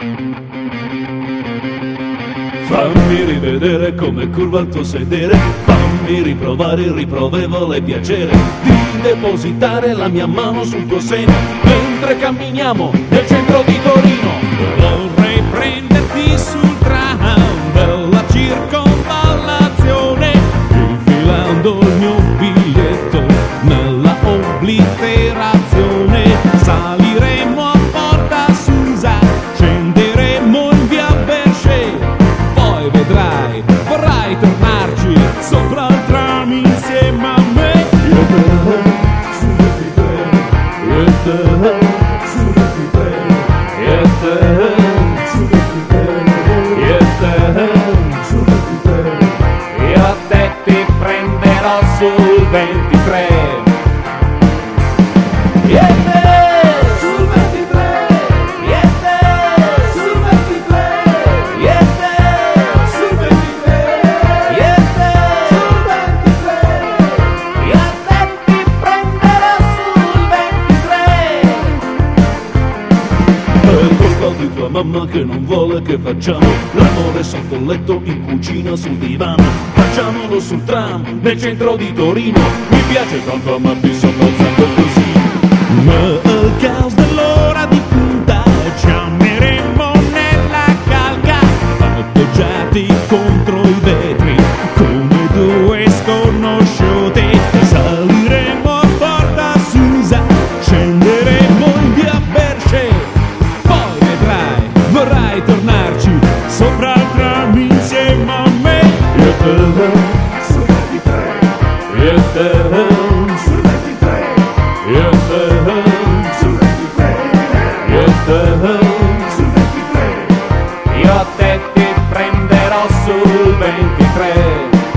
Fammi rivedere come curva il tuo sedere, fammi riprovare il riprovevole piacere di depositare la mia mano sul tuo seno mentre camminiamo nel centro di Torino. Vorrei prenderti sul tram della circonvallazione, infilando il mio biglietto nella obliterazione. Saliremo a Porta Susa, scenderemo in via Berchet, poi vedrai, vorrai tornarci sopra il tram insieme a me. Io e te, su 23, io e te, su 23, io e te, su 23, io e te, su 23, Io a te ti prenderò sul 23. io e te, sul 23, io e te, sul 23, io e te, sul 23, io e te, sul 23, Io a te ti prenderò sul 23. è colpa di tua mamma che non vuole che facciamo l'amore sotto il letto, in cucina, sul divano. Facciamolo sul tram, nel centro di Torino. Mi piace tanto amarti sopportando così. Ma al caos dell'ora di punta ci ameremo nella calca, appoggiati contro i vetri come due sconosciuti. Saliremo a Porta Susa, scenderemo in via Berchet, poi vedrai, vorrai tornarci sopra il tram insieme a me. Io e te, sul 23, io e te, sul 23, io e te, sul 23, io e te, sul 23. Io a te ti prenderò sul 23.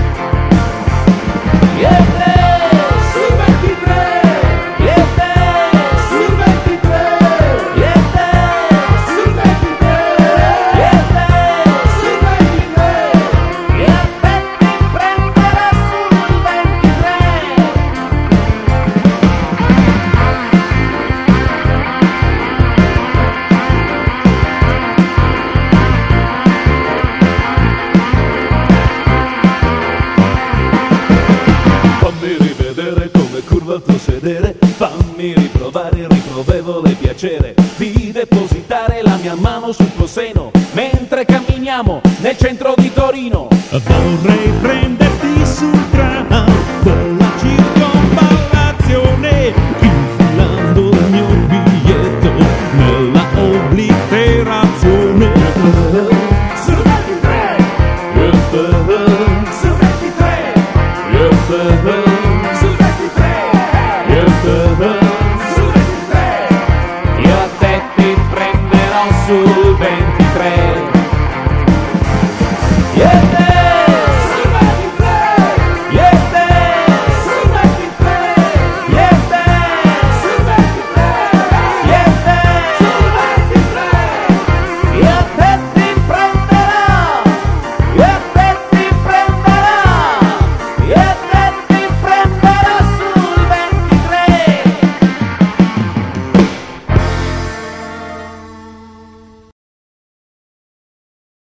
Io e te, sul 23, io e te, sul 23, io e te, sul 23, io e te, sul 23. Io a te ti prenderò sul 23. Fammi rivedere come curva il tuo sedere, fammi riprovare il riprovevole piacere di depositare la mia mano sul tuo seno mentre camminiamo nel centro di Torino. Vorrei prenderti sul tram della circonvallazione, infilando il mio biglietto nella obliterazione.